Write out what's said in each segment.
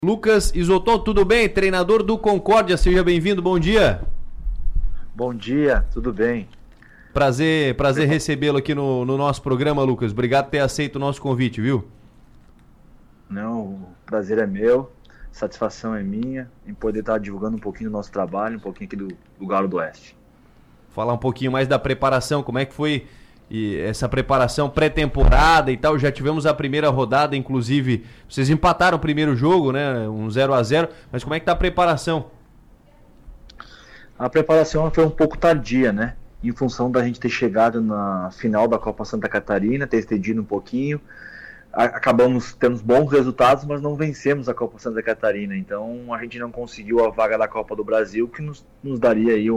Lucas Izotton, tudo bem? Treinador do Concórdia, seja bem-vindo, bom dia. Bom dia, tudo bem? Prazer recebê-lo aqui no nosso programa, Lucas. Obrigado por ter aceito o nosso convite, viu? Não, o prazer é meu, satisfação é minha em poder estar divulgando um pouquinho do nosso trabalho, um pouquinho aqui do Galo do Oeste. Falar um pouquinho mais da preparação, como é que foi essa preparação pré-temporada e tal. Já tivemos a primeira rodada, inclusive, vocês empataram o primeiro jogo, né? Um 0-0, mas como é que tá a preparação? A preparação foi um pouco tardia, né? Em função da gente ter chegado na final da Copa Santa Catarina, ter estendido um pouquinho. Acabamos tendo bons resultados, mas não vencemos a Copa Santa Catarina. Então a gente não conseguiu a vaga da Copa do Brasil, que nos daria aí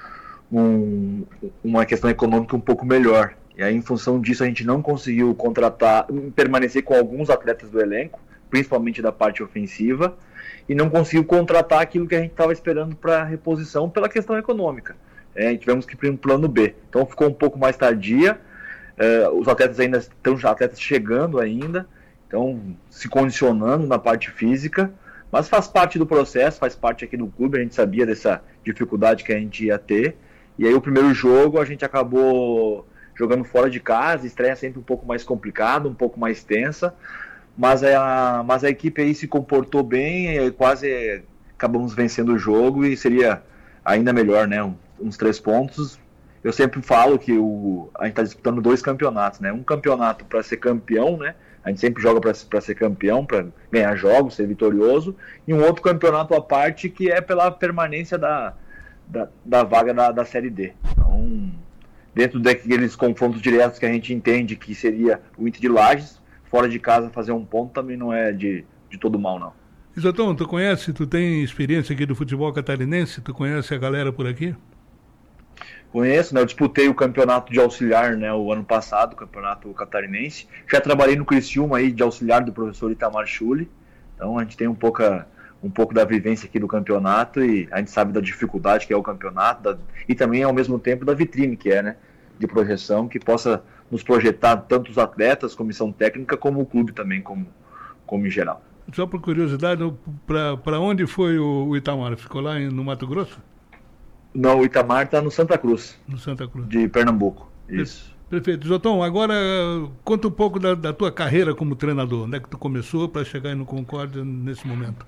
uma questão econômica um pouco melhor. E aí, em função disso, a gente não conseguiu permanecer com alguns atletas do elenco, principalmente da parte ofensiva, e não conseguiu contratar aquilo que a gente estava esperando para reposição pela questão econômica. Tivemos que ir para um plano B. Então ficou um pouco mais tardia. Os atletas ainda estão chegando ainda, estão se condicionando na parte física, mas faz parte do processo, faz parte aqui do clube. A gente sabia dessa dificuldade que a gente ia ter. E aí o primeiro jogo a gente acabou jogando fora de casa, estreia sempre um pouco mais complicado, um pouco mais tensa, mas a equipe aí se comportou bem e quase acabamos vencendo o jogo e seria ainda melhor, né? Uns 3 pontos. Eu sempre falo que a gente está disputando 2 campeonatos, né? Um campeonato para ser campeão, né? A gente sempre joga para ser campeão, para ganhar jogos, ser vitorioso, e um outro campeonato à parte que é pela permanência da vaga da Série D. Então, dentro daqueles confrontos diretos que a gente entende que seria o Inter de Lages, fora de casa fazer um ponto também não é de todo mal, não. Izotton, tu tem experiência aqui do futebol catarinense? Tu conhece a galera por aqui? Conheço, né? Eu disputei o campeonato de auxiliar, né, o ano passado, o campeonato catarinense. Já trabalhei no Criciúma aí de auxiliar do professor Itamar Schulli. Então a gente tem um pouco da vivência aqui do campeonato e a gente sabe da dificuldade que é o campeonato e também ao mesmo tempo da vitrine que é, né, de projeção, que possa nos projetar tanto os atletas, comissão técnica, como o clube também, como em geral. Só por curiosidade, para onde foi o Itamar? Ficou lá no Mato Grosso? Não, o Itamar está no Santa Cruz. No Santa Cruz. De Pernambuco, isso. Perfeito. Izotton, agora conta um pouco da tua carreira como treinador. Onde é que tu começou para chegar aí no Concórdia nesse momento?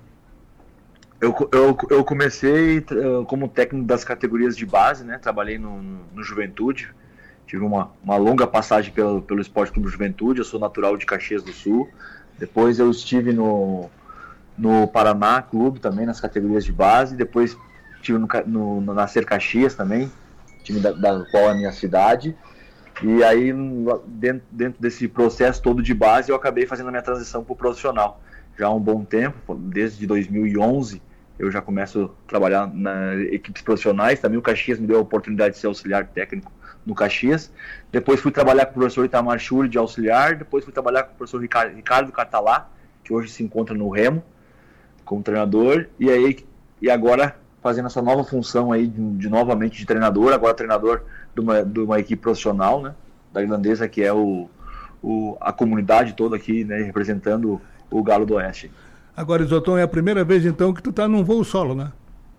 Eu comecei como técnico das categorias de base, né? Trabalhei no Juventude, tive uma longa passagem pelo Esporte Clube Juventude. Eu sou natural de Caxias do Sul. Depois eu estive no Paraná Clube também, nas categorias de base. Depois estive no Nascer Caxias também, time da qual é a minha cidade. E aí, dentro desse processo todo de base, eu acabei fazendo a minha transição para o profissional. Já há um bom tempo, desde 2011, eu já começo a trabalhar nas equipes profissionais. Também o Caxias me deu a oportunidade de ser auxiliar técnico no Caxias. Depois fui trabalhar com o professor Itamar Schulli de auxiliar. Depois fui trabalhar com o professor Ricardo Catalá, que hoje se encontra no Remo, como treinador. E agora fazendo essa nova função aí novamente de treinador, agora treinador de uma equipe profissional, né, da Irlandesa, que é a comunidade toda aqui, né, representando o Galo do Oeste. Agora, Izotton, é a primeira vez então que tu tá num voo solo, né?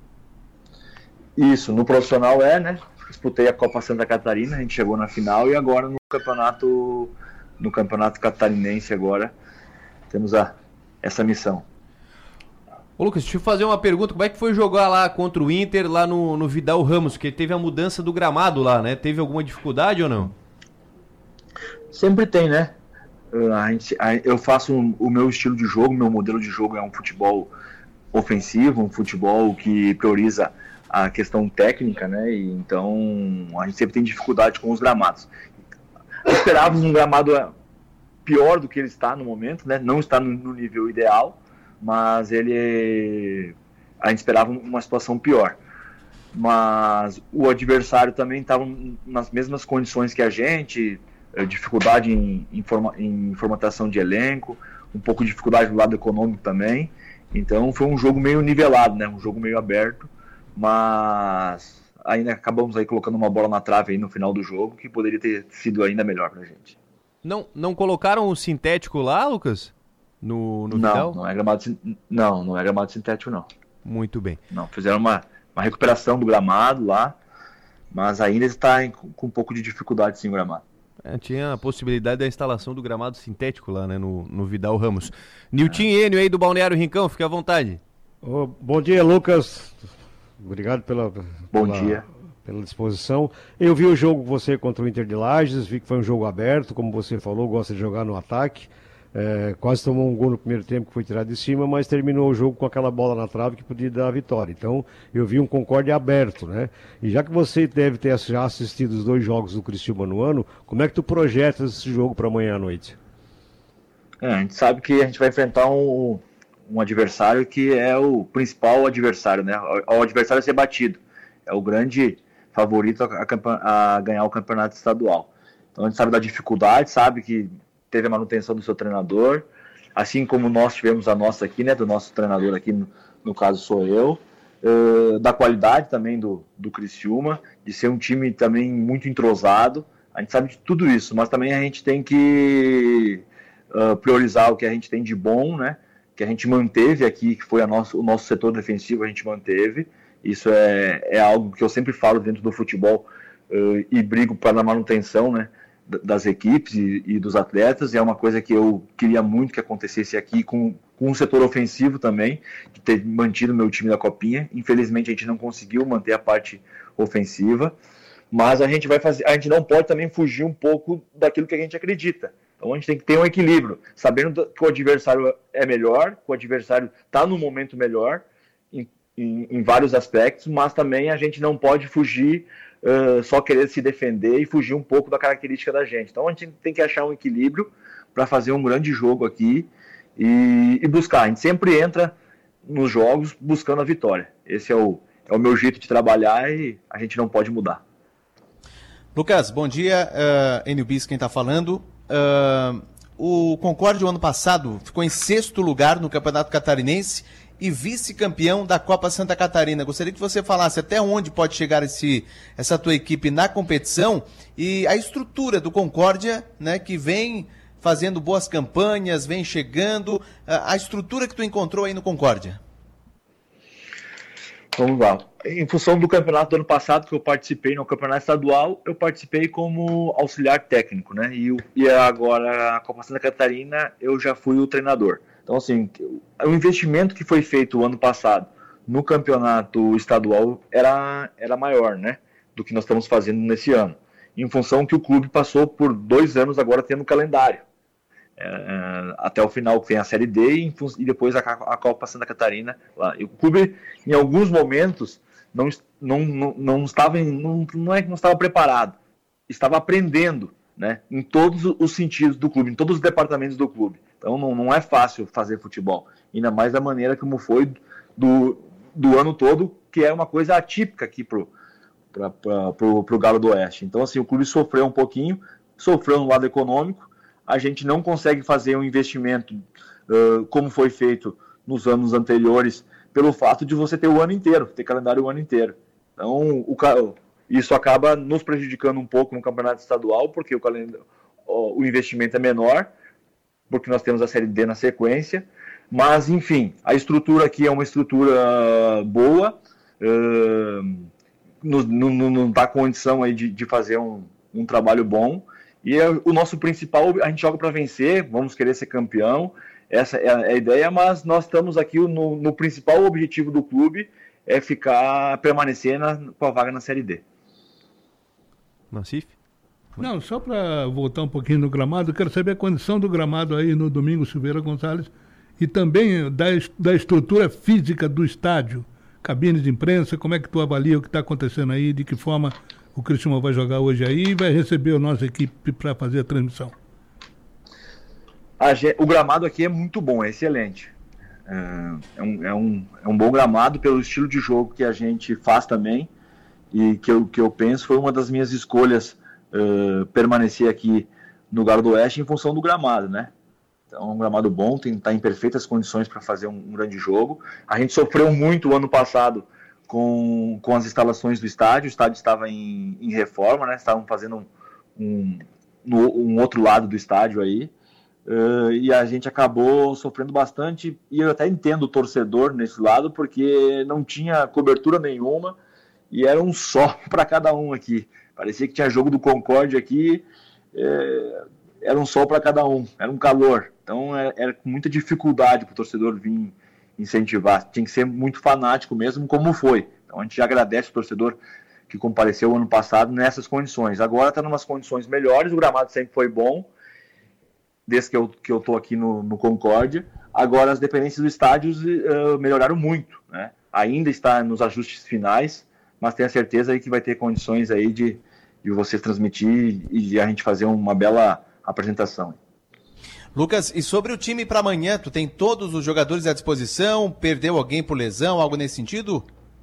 Isso, no profissional né? Disputei a Copa Santa Catarina, a gente chegou na final, e agora no campeonato catarinense agora temos essa missão. Ô Lucas, deixa eu fazer uma pergunta. Como é que foi jogar lá contra o Inter, lá no Vidal Ramos? Porque teve a mudança do gramado lá, né? Teve alguma dificuldade ou não? Sempre tem, né? Eu faço o meu estilo de jogo, meu modelo de jogo é um futebol ofensivo, um futebol que prioriza a questão técnica, né? E então a gente sempre tem dificuldade com os gramados. Esperávamos um gramado pior do que ele está no momento, né? Não está no nível ideal, mas a gente esperava uma situação pior. Mas o adversário também estava nas mesmas condições que a gente, dificuldade em formatação de elenco, um pouco de dificuldade do lado econômico também. Então foi um jogo meio nivelado, né? Um jogo meio aberto, mas ainda acabamos aí colocando uma bola na trave aí no final do jogo, que poderia ter sido ainda melhor pra gente. Não colocaram o sintético lá, Lucas? no Vidal? Não é gramado sintético, não. Muito bem. Não, fizeram uma recuperação do gramado lá, mas ainda está com um pouco de dificuldade sim o gramado. Tinha a possibilidade da instalação do gramado sintético lá, né, no Vidal Ramos. Nilton Enio aí do Balneário Rincão, fica à vontade. Bom dia, Lucas. Obrigado pela disposição. Eu vi o jogo com você contra o Inter de Lages, vi que foi um jogo aberto, como você falou, gosta de jogar no ataque. Quase tomou um gol no primeiro tempo que foi tirado de cima, mas terminou o jogo com aquela bola na trave que podia dar a vitória. Então, eu vi um Concórdia aberto, né? E já que você deve ter já assistido os 2 jogos do Criciúma no ano, como é que tu projetas esse jogo para amanhã à noite? A gente sabe que a gente vai enfrentar um adversário que é o principal adversário, né? O adversário a ser batido. É o grande favorito a ganhar o campeonato estadual. Então, a gente sabe da dificuldade, sabe que teve a manutenção do seu treinador, assim como nós tivemos a nossa aqui, né, do nosso treinador aqui, no caso sou eu, da qualidade também do Criciúma, de ser um time também muito entrosado. A gente sabe de tudo isso, mas também a gente tem que priorizar o que a gente tem de bom, né, que a gente manteve aqui, que foi o nosso setor defensivo, a gente manteve. Isso é algo que eu sempre falo dentro do futebol e brigo para a manutenção, né, das equipes e dos atletas, e é uma coisa que eu queria muito que acontecesse aqui com o setor ofensivo também, de ter mantido meu time da Copinha. Infelizmente a gente não conseguiu manter a parte ofensiva, mas a gente não pode também fugir um pouco daquilo que a gente acredita. Então a gente tem que ter um equilíbrio, sabendo que o adversário é melhor, que o adversário está no momento melhor em vários aspectos, mas também a gente não pode fugir, só querer se defender e fugir um pouco da característica da gente. Então a gente tem que achar um equilíbrio para fazer um grande jogo aqui e buscar. A gente sempre entra nos jogos buscando a vitória. Esse é o meu jeito de trabalhar e a gente não pode mudar. Lucas, bom dia. Enio Bis quem está falando. O Concórdia, o ano passado, ficou em 6º lugar no Campeonato Catarinense e vice-campeão da Copa Santa Catarina. Gostaria que você falasse até onde pode chegar essa tua equipe na competição e a estrutura do Concórdia, né, que vem fazendo boas campanhas, vem chegando, a estrutura que tu encontrou aí no Concórdia. Vamos lá. Em função do campeonato do ano passado que eu participei no campeonato estadual, eu participei como auxiliar técnico, né? E agora a Copa Santa Catarina eu já fui o treinador. Então, assim, o investimento que foi feito o ano passado no campeonato estadual era maior, né, do que nós estamos fazendo nesse ano. Em função que o clube passou por 2 anos agora tendo calendário. Até o final que vem a Série D e depois a Copa Santa Catarina. Lá. E o clube, em alguns momentos, não estava preparado. Estava aprendendo, né, em todos os sentidos do clube, em todos os departamentos do clube. Então não é fácil fazer futebol, ainda mais da maneira como foi do ano todo, que é uma coisa atípica aqui pro Galo do Oeste. Então assim, o clube sofreu um pouquinho, sofreu no lado econômico, a gente não consegue fazer um investimento como foi feito nos anos anteriores, pelo fato de você ter o ano inteiro, ter calendário o ano inteiro. Então isso acaba nos prejudicando um pouco no campeonato estadual, porque o investimento é menor, porque nós temos a Série D na sequência, mas enfim, a estrutura aqui é uma estrutura boa, não dá condição aí de fazer um trabalho bom, e o nosso principal, a gente joga para vencer, vamos querer ser campeão, essa é a ideia, mas nós estamos aqui no principal objetivo do clube, é permanecer com a vaga na Série D. Nassif? Não, só para voltar um pouquinho no gramado, eu quero saber a condição do gramado aí no Domingos Silveira Gonçalves e também da estrutura física do estádio, cabines de imprensa, como é que tu avalia o que está acontecendo aí, de que forma o Criciúma vai jogar hoje aí e vai receber a nossa equipe para fazer a transmissão. O gramado aqui é muito bom, é excelente. É um bom gramado pelo estilo de jogo que a gente faz também e que eu penso foi uma das minhas escolhas permanecer aqui no Galo do Oeste em função do gramado, né? Então é um gramado bom, está em perfeitas condições para fazer um grande jogo. A gente sofreu muito o ano passado com as instalações do estádio, o estádio estava em reforma, né? Estavam fazendo um outro lado do estádio aí, e a gente acabou sofrendo bastante, e eu até entendo o torcedor nesse lado, porque não tinha cobertura nenhuma, e era um sol para cada um aqui. Parecia que tinha jogo do Concórdia aqui, era um sol para cada um, era um calor. Então era com muita dificuldade para o torcedor vir incentivar. Tinha que ser muito fanático mesmo, como foi. Então a gente agradece o torcedor que compareceu ano passado nessas condições. Agora está em umas condições melhores, o gramado sempre foi bom, desde que eu estou aqui no Concórdia. Agora as dependências do estádio melhoraram muito, né? Ainda está nos ajustes finais, mas tenho a certeza aí que vai ter condições aí de vocês transmitir e de a gente fazer uma bela apresentação. Lucas, e sobre o time para amanhã, tu tem todos os jogadores à disposição? Perdeu alguém por lesão, algo nesse sentido?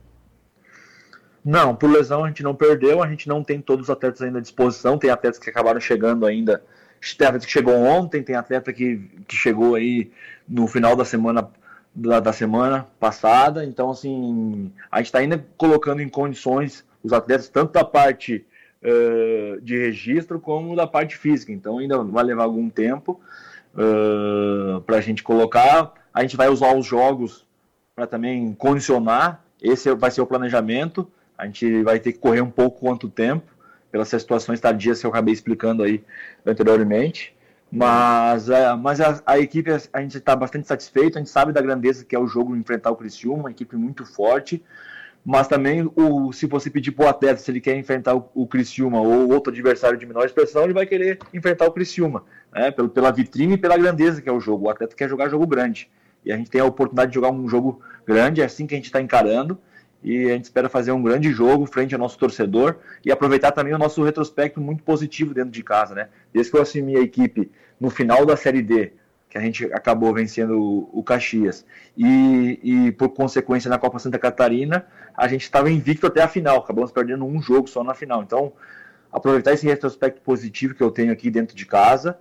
Não, por lesão a gente não perdeu, a gente não tem todos os atletas ainda à disposição, tem atletas que acabaram chegando ainda, tem atleta que chegou ontem, tem atleta que chegou aí no final da semana passada, então assim, a gente está ainda colocando em condições os atletas, tanto da parte de registro como da parte física, então ainda vai levar algum tempo para a gente colocar. A gente vai usar os jogos para também condicionar, esse vai ser o planejamento. A gente vai ter que correr um pouco quanto tempo, pelas situações tardias que eu acabei explicando aí anteriormente. Mas a equipe, a gente está bastante satisfeito, a gente sabe da grandeza que é o jogo enfrentar o Criciúma, uma equipe muito forte. Mas também, se você pedir para o atleta se ele quer enfrentar o Criciúma ou outro adversário de menor expressão, ele vai querer enfrentar o Criciúma, né? Pela vitrine e pela grandeza que é o jogo. O atleta quer jogar jogo grande. E a gente tem a oportunidade de jogar um jogo grande, é assim que a gente está encarando. E a gente espera fazer um grande jogo frente ao nosso torcedor e aproveitar também o nosso retrospecto muito positivo dentro de casa, né? Desde que eu assumi a equipe no final da Série D, que a gente acabou vencendo o Caxias, e por consequência na Copa Santa Catarina, a gente estava invicto até a final, acabamos perdendo um jogo só na final. Então, aproveitar esse retrospecto positivo que eu tenho aqui dentro de casa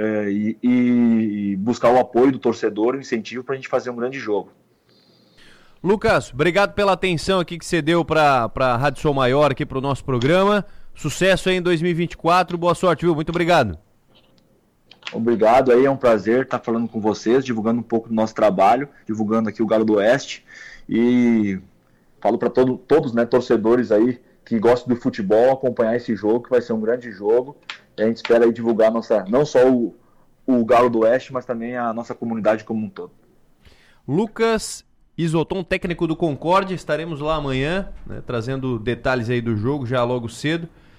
e buscar o apoio do torcedor, o incentivo para a gente fazer um grande jogo. Lucas, obrigado pela atenção aqui que você deu para a Rádio Som Maior, aqui para o nosso programa. Sucesso aí em 2024, boa sorte, viu? Muito obrigado. Obrigado, aí é um prazer estar falando com vocês, divulgando um pouco do nosso trabalho, divulgando aqui o Galo do Oeste, e falo para todos, né, torcedores aí que gostam do futebol, acompanhar esse jogo, que vai ser um grande jogo, e a gente espera aí divulgar não só o Galo do Oeste, mas também a nossa comunidade como um todo. Lucas Isoton, técnico do Concórdia, estaremos lá amanhã, né, trazendo detalhes aí do jogo já logo cedo.